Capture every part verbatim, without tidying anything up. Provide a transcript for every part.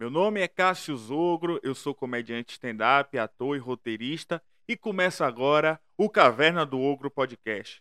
Meu nome é Cássio Zogro, eu sou comediante stand-up, ator e roteirista, e começa agora o Caverna do Ogro Podcast.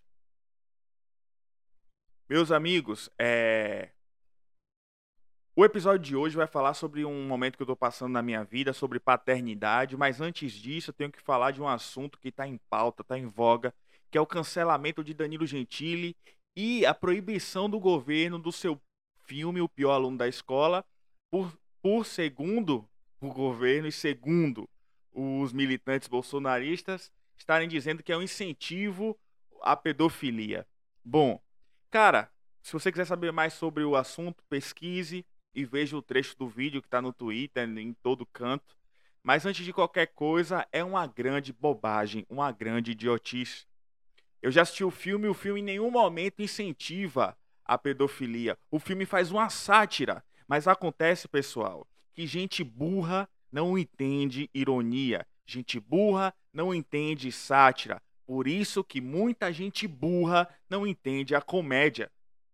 Meus amigos, é... o episódio de hoje vai falar sobre um momento que eu estou passando na minha vida, sobre paternidade, mas antes disso eu tenho que falar de um assunto que está em pauta, está em voga, que é o cancelamento de Danilo Gentili e a proibição do governo do seu filme O Pior Aluno da Escola, por, por segundo o governo e segundo os militantes bolsonaristas, estarem dizendo que é um incentivo à pedofilia. Bom, cara, se você quiser saber mais sobre o assunto, pesquise e veja o trecho do vídeo que está no Twitter, em todo canto. Mas antes de qualquer coisa, é uma grande bobagem, uma grande idiotice. Eu já assisti o filme e o filme em nenhum momento incentiva a pedofilia. O filme faz uma sátira, mas acontece, pessoal, que gente burra não entende ironia. Gente burra não entende sátira. Por isso que muita gente burra não entende a comédia.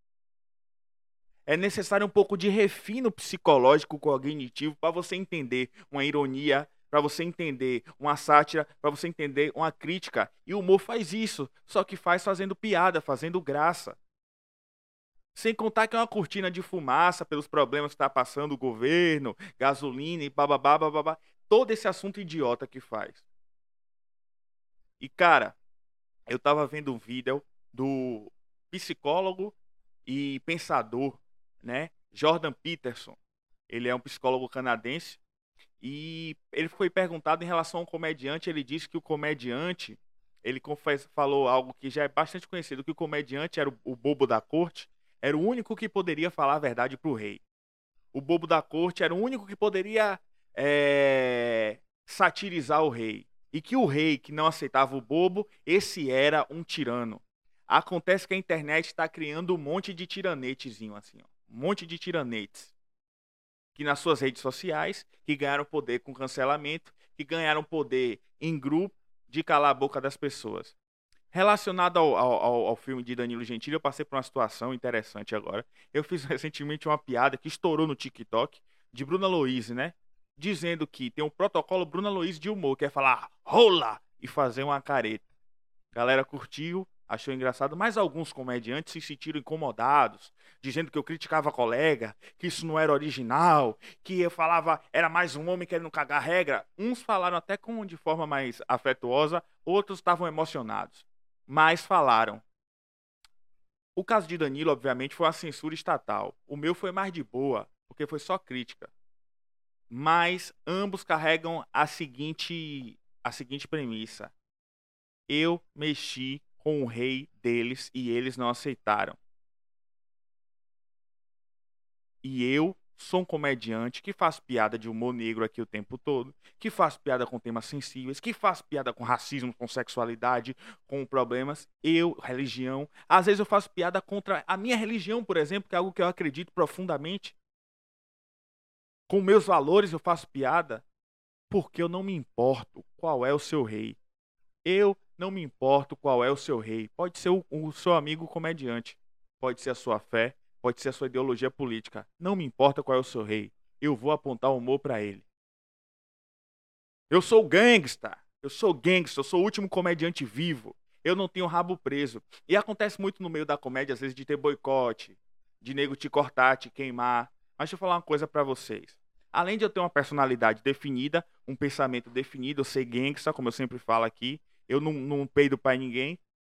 É necessário um pouco de refino psicológico cognitivo para você entender uma ironia, para você entender uma sátira, para você entender uma crítica. E o humor faz isso, só que faz fazendo piada, fazendo graça. Sem contar que é uma cortina de fumaça pelos problemas que está passando o governo, gasolina e bababá, bababá. Todo esse assunto idiota que faz. E, cara, eu tava vendo um vídeo do psicólogo e pensador, né, Jordan Peterson. Ele é um psicólogo canadense e ele foi perguntado em relação ao comediante. Ele disse que o comediante, ele confess, falou algo que já é bastante conhecido, que o comediante era o, o bobo da corte, era o único que poderia falar a verdade pro rei. O bobo da corte era o único que poderia é, satirizar o rei. E que o rei que não aceitava o bobo, esse era um tirano. Acontece que a internet está criando um monte de tiranetezinho assim, ó. Um monte de tiranetes. Que nas suas redes sociais, que ganharam poder com cancelamento, que ganharam poder em grupo de calar a boca das pessoas. Relacionado ao, ao, ao filme de Danilo Gentili, eu passei por uma situação interessante agora. Eu fiz recentemente uma piada que estourou no TikTok de Bruna Louise, né? Dizendo que tem um protocolo Bruna Louise de humor, que é falar rola e fazer uma careta. A galera curtiu, achou engraçado, mas alguns comediantes se sentiram incomodados, dizendo que eu criticava a colega, que isso não era original, que eu falava era mais um homem querendo cagar regra. Uns falaram até com de forma mais afetuosa, outros estavam emocionados, mas falaram. O caso de Danilo, obviamente, foi uma censura estatal. O meu foi mais de boa, porque foi só crítica. Mas ambos carregam a seguinte, a seguinte premissa. Eu mexi com o rei deles e eles não aceitaram. E eu sou um comediante que faz piada de humor negro aqui o tempo todo, que faz piada com temas sensíveis, que faz piada com racismo, com sexualidade, com problemas, eu, religião. Às vezes eu faço piada contra a minha religião, por exemplo, que é algo que eu acredito profundamente. Com meus valores eu faço piada porque eu não me importo qual é o seu rei. Eu não me importo qual é o seu rei. Pode ser o, o seu amigo comediante. Pode ser a sua fé. Pode ser a sua ideologia política. Não me importa qual é o seu rei. Eu vou apontar o humor pra ele. Eu sou gangsta. Eu sou gangsta. Eu sou o último comediante vivo. Eu não tenho rabo preso. E acontece muito no meio da comédia, às vezes, de ter boicote. De nego te cortar, te queimar. Mas deixa eu falar uma coisa pra vocês. Além de eu ter uma personalidade definida, um pensamento definido, eu ser gangsta, como eu sempre falo aqui, eu não, não peido pra ninguém.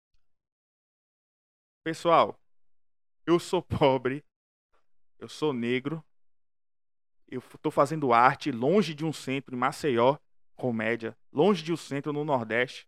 Pessoal, eu sou pobre, eu sou negro, eu tô fazendo arte longe de um centro em Maceió, comédia, longe de um centro no Nordeste.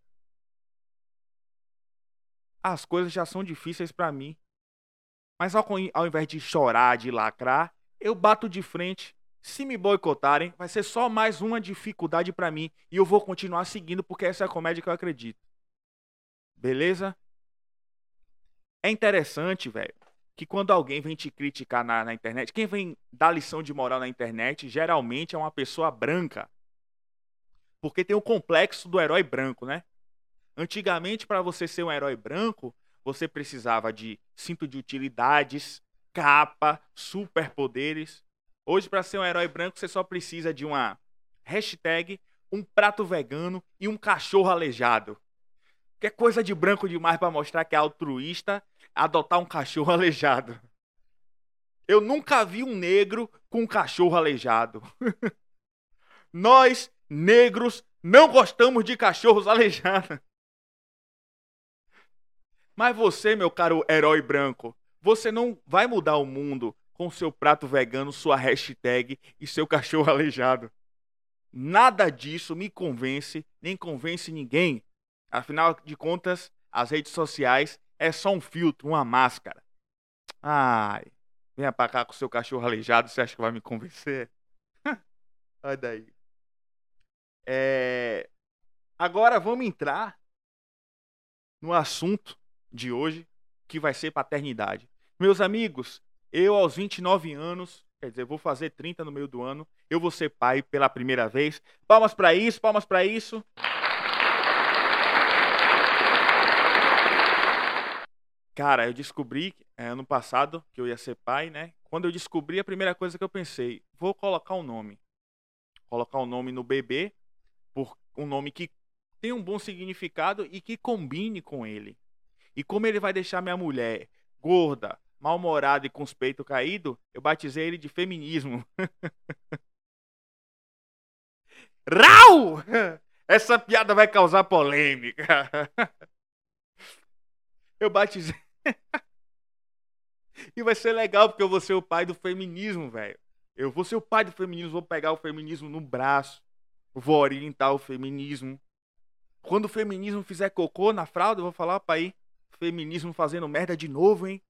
As coisas já são difíceis pra mim. Mas ao, ao invés de chorar, de lacrar, eu bato de frente. Se me boicotarem, vai ser só mais uma dificuldade pra mim. E eu vou continuar seguindo porque essa é a comédia que eu acredito. Beleza? É interessante, velho, que quando alguém vem te criticar na, na internet, quem vem dar lição de moral na internet, geralmente é uma pessoa branca. Porque tem o complexo do herói branco, né? Antigamente, para você ser um herói branco, você precisava de cinto de utilidades, capa, superpoderes. Hoje, para ser um herói branco, você só precisa de uma hashtag, um prato vegano e um cachorro aleijado. Que é coisa de branco demais para mostrar que é altruísta adotar um cachorro aleijado. Eu nunca vi um negro com um cachorro aleijado. Nós, negros, não gostamos de cachorros aleijados. Mas você, meu caro herói branco, você não vai mudar o mundo com seu prato vegano, sua hashtag e seu cachorro aleijado. Nada disso me convence, nem convence ninguém. Afinal de contas, as redes sociais é só um filtro, uma máscara. Ai, venha pra cá com seu cachorro aleijado, você acha que vai me convencer? Olha daí. É... Agora vamos entrar no assunto de hoje, que vai ser paternidade. Meus amigos, eu aos vinte e nove anos, quer dizer, vou fazer trinta no meio do ano, eu vou ser pai pela primeira vez. Palmas pra isso, palmas pra isso. Cara, eu descobri é, ano passado que eu ia ser pai, né? Quando eu descobri, a primeira coisa que eu pensei, vou colocar um nome. Colocar um nome no bebê, por um nome que tem um bom significado e que combine com ele. E como ele vai deixar minha mulher gorda, mal-humorada e com os peitos caídos, eu batizei ele de feminismo. Rau! Essa piada vai causar polêmica. Eu batizei. E vai ser legal, porque eu vou ser o pai do feminismo, velho. Eu vou ser o pai do feminismo, vou pegar o feminismo no braço, vou orientar o feminismo. Quando o feminismo fizer cocô na fralda, eu vou falar, pai, feminismo fazendo merda de novo, hein?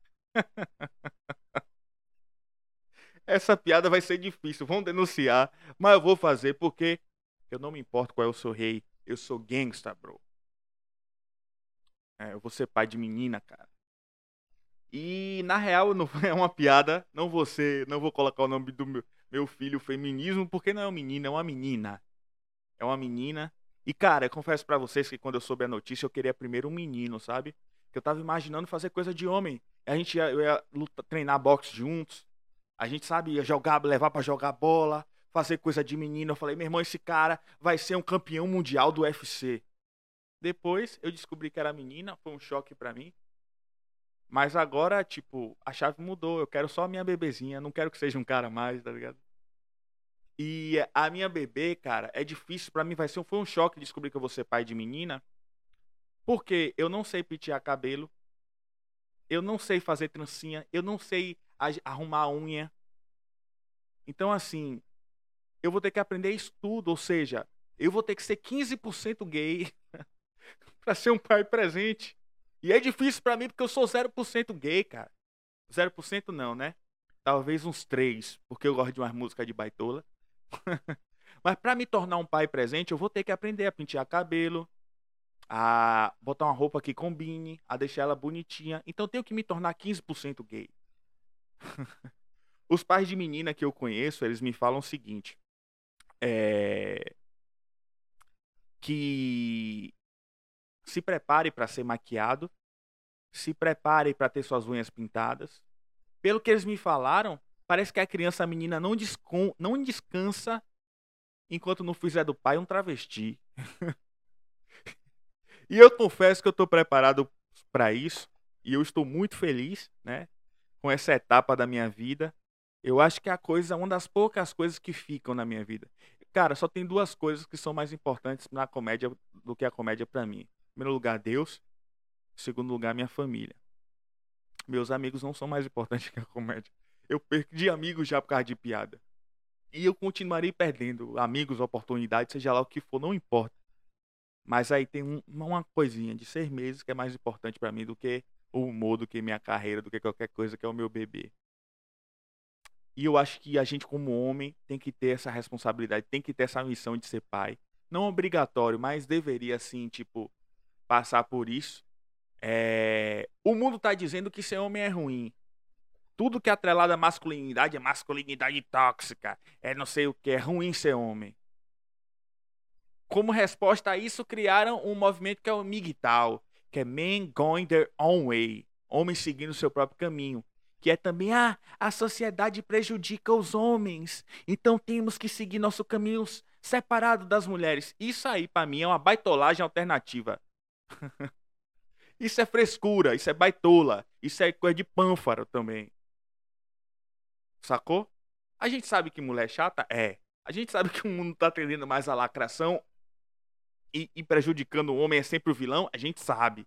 Essa piada vai ser difícil, vão denunciar, mas eu vou fazer porque eu não me importo qual eu sou rei, eu sou gangsta, bro. É, eu vou ser pai de menina, cara. E na real não é uma piada, não vou ser, não vou colocar o nome do meu, meu filho feminismo, porque não é um menino, é uma menina. É uma menina. E cara, eu confesso pra vocês que quando eu soube a notícia, eu queria primeiro um menino, sabe? Que eu tava imaginando fazer coisa de homem. A gente ia, eu ia luta, treinar boxe juntos. A gente, sabe, ia jogar, levar pra jogar bola, fazer coisa de menino. Eu falei, meu irmão, esse cara vai ser um campeão mundial do U F C. Depois eu descobri que era menina, foi um choque pra mim. Mas agora, tipo, a chave mudou. Eu quero só a minha bebezinha. Não quero que seja um cara mais, tá ligado? E a minha bebê, cara, é difícil. Pra mim vai ser, foi um choque descobrir que eu vou ser pai de menina. Porque eu não sei pentear cabelo. Eu não sei fazer trancinha. Eu não sei arrumar a unha. Então, assim, eu vou ter que aprender isso tudo. Ou seja, eu vou ter que ser quinze por cento gay pra ser um pai presente. E é difícil pra mim porque eu sou zero por cento gay, cara. zero por cento não, né? Talvez uns três, porque eu gosto de umas músicas de baitola. Mas pra me tornar um pai presente, eu vou ter que aprender a pentear cabelo, a botar uma roupa que combine, a deixar ela bonitinha. Então eu tenho que me tornar quinze por cento gay. Os pais de menina que eu conheço, eles me falam o seguinte. É... Que se prepare para ser maquiado, se prepare para ter suas unhas pintadas. Pelo que eles me falaram, parece que a criança, a menina, não, descon... não descansa enquanto não fizer do pai um travesti. E eu confesso que eu estou preparado para isso. E eu estou muito feliz, né, com essa etapa da minha vida. Eu acho que é a coisa, uma das poucas coisas que ficam na minha vida. Cara, só tem duas coisas que são mais importantes na comédia do que a comédia para mim. Em primeiro lugar, Deus. Em segundo lugar, minha família. Meus amigos não são mais importantes que a comédia. Eu perdi amigos já por causa de piada. E eu continuarei perdendo amigos, oportunidades, seja lá o que for, não importa. Mas aí tem um, uma coisinha de seis meses que é mais importante pra mim do que o humor, do que minha carreira, do que qualquer coisa, que é o meu bebê. E eu acho que a gente, como homem, tem que ter essa responsabilidade, tem que ter essa missão de ser pai. Não obrigatório, mas deveria, assim, tipo, passar por isso. É... O mundo tá dizendo que ser homem é ruim. Tudo que é atrelado à masculinidade é masculinidade tóxica. É não sei o que, é ruim ser homem. Como resposta a isso, criaram um movimento que é o M G T O W, que é Men Going Their Own Way. Homens seguindo o seu próprio caminho. que é também, ah, a sociedade prejudica os homens, então temos que seguir nosso caminho separado das mulheres. Isso aí, pra mim, é uma baitolagem alternativa. Isso é frescura, isso é baitola, isso é coisa de pânfaro também. Sacou? A gente sabe que mulher é chata? É. A gente sabe que o mundo tá tendendo mais à lacração e, e prejudicando o homem é sempre o vilão? A gente sabe.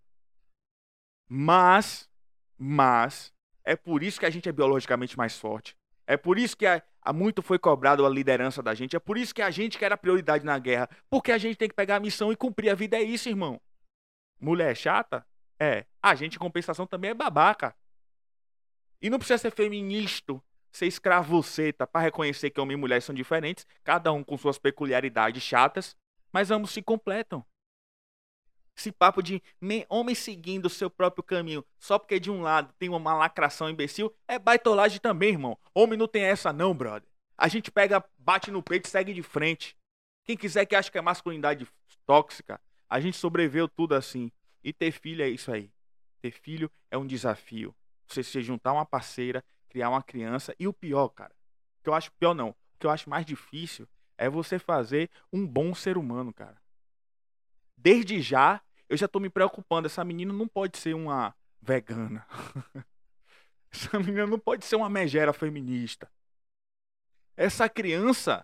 Mas, mas, é por isso que a gente é biologicamente mais forte. É por isso que há, há muito foi cobrado a liderança da gente. É por isso que a gente quer a prioridade na guerra. Porque a gente tem que pegar a missão e cumprir a vida. É isso, irmão. Mulher é chata? É. A gente, em compensação, também é babaca. E não precisa ser feminista, ser escravoceta para reconhecer que homem e mulher são diferentes, cada um com suas peculiaridades chatas, mas ambos se completam. Esse papo de homem seguindo o seu próprio caminho só porque de um lado tem uma lacração imbecil é baitolagem também, irmão. Homem não tem essa não, brother. A gente pega, bate no peito e segue de frente. Quem quiser que acha que é masculinidade tóxica, a gente sobreviveu tudo assim. E ter filho é isso aí. Ter filho é um desafio. Você se juntar uma parceira, criar uma criança. E o pior, cara, o que eu acho pior não, o que eu acho mais difícil é você fazer um bom ser humano, cara. Desde já, eu já tô me preocupando. Essa menina não pode ser uma vegana. Essa menina não pode ser uma megera feminista. Essa criança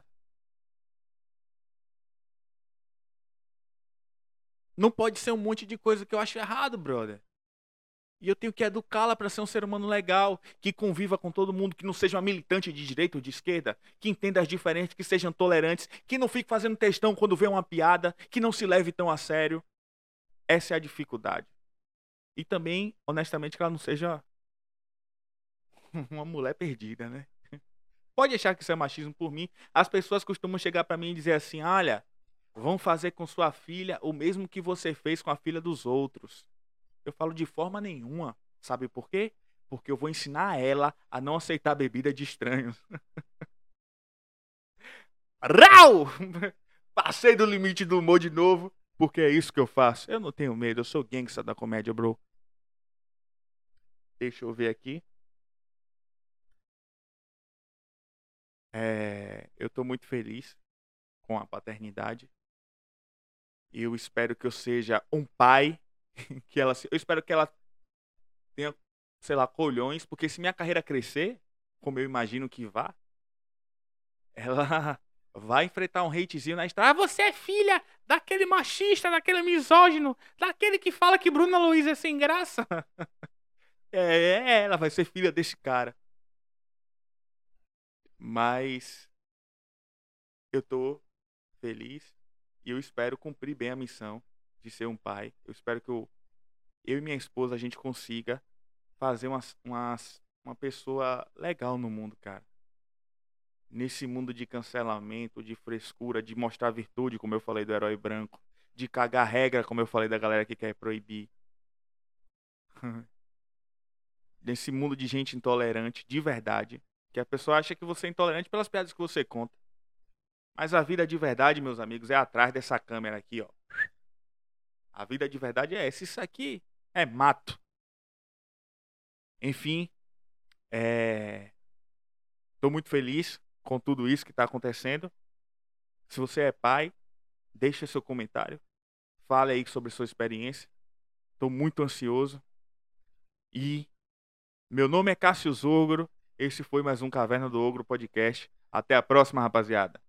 não pode ser um monte de coisa que eu acho errado, brother. E eu tenho que educá-la para ser um ser humano legal, que conviva com todo mundo, que não seja uma militante de direita ou de esquerda, que entenda as diferenças, que sejam tolerantes, que não fique fazendo textão quando vê uma piada, que não se leve tão a sério. Essa é a dificuldade. E também, honestamente, que ela não seja uma mulher perdida, né? Pode achar que isso é machismo por mim. As pessoas costumam chegar para mim e dizer assim, olha, vão fazer com sua filha o mesmo que você fez com a filha dos outros. Eu falo de forma nenhuma. Sabe por quê? Porque eu vou ensinar ela a não aceitar bebida de estranhos. Rau! Passei do limite do humor de novo, porque é isso que eu faço. Eu não tenho medo, eu sou gangsta da comédia, bro. Deixa eu ver aqui. É, eu tô muito feliz com a paternidade. Eu espero que eu seja um pai. que ela, eu espero que ela tenha, sei lá, colhões, porque se minha carreira crescer, como eu imagino que vá, ela vai enfrentar um hatezinho na estrada. Ah, você é filha daquele machista, daquele misógino, daquele que fala que Bruna Luiz é sem graça. É, ela vai ser filha desse cara. Mas eu tô feliz e eu espero cumprir bem a missão de ser um pai. Eu espero que eu, eu e minha esposa a gente consiga fazer uma, uma, uma pessoa legal no mundo, cara. Nesse mundo de cancelamento, de frescura, de mostrar virtude, como eu falei do herói branco, de cagar regra, como eu falei da galera que quer proibir. Nesse mundo de gente intolerante, de verdade, que a pessoa acha que você é intolerante pelas piadas que você conta. Mas a vida de verdade, meus amigos, é atrás dessa câmera aqui, ó. A vida de verdade é essa. Isso aqui é mato. Enfim, é... tô muito feliz com tudo isso que está acontecendo. Se você é pai, deixa seu comentário. Fale aí sobre sua experiência. Estou muito ansioso. E meu nome é Cássio Zogro. Esse foi mais um Caverna do Ogro podcast. Até a próxima, rapaziada.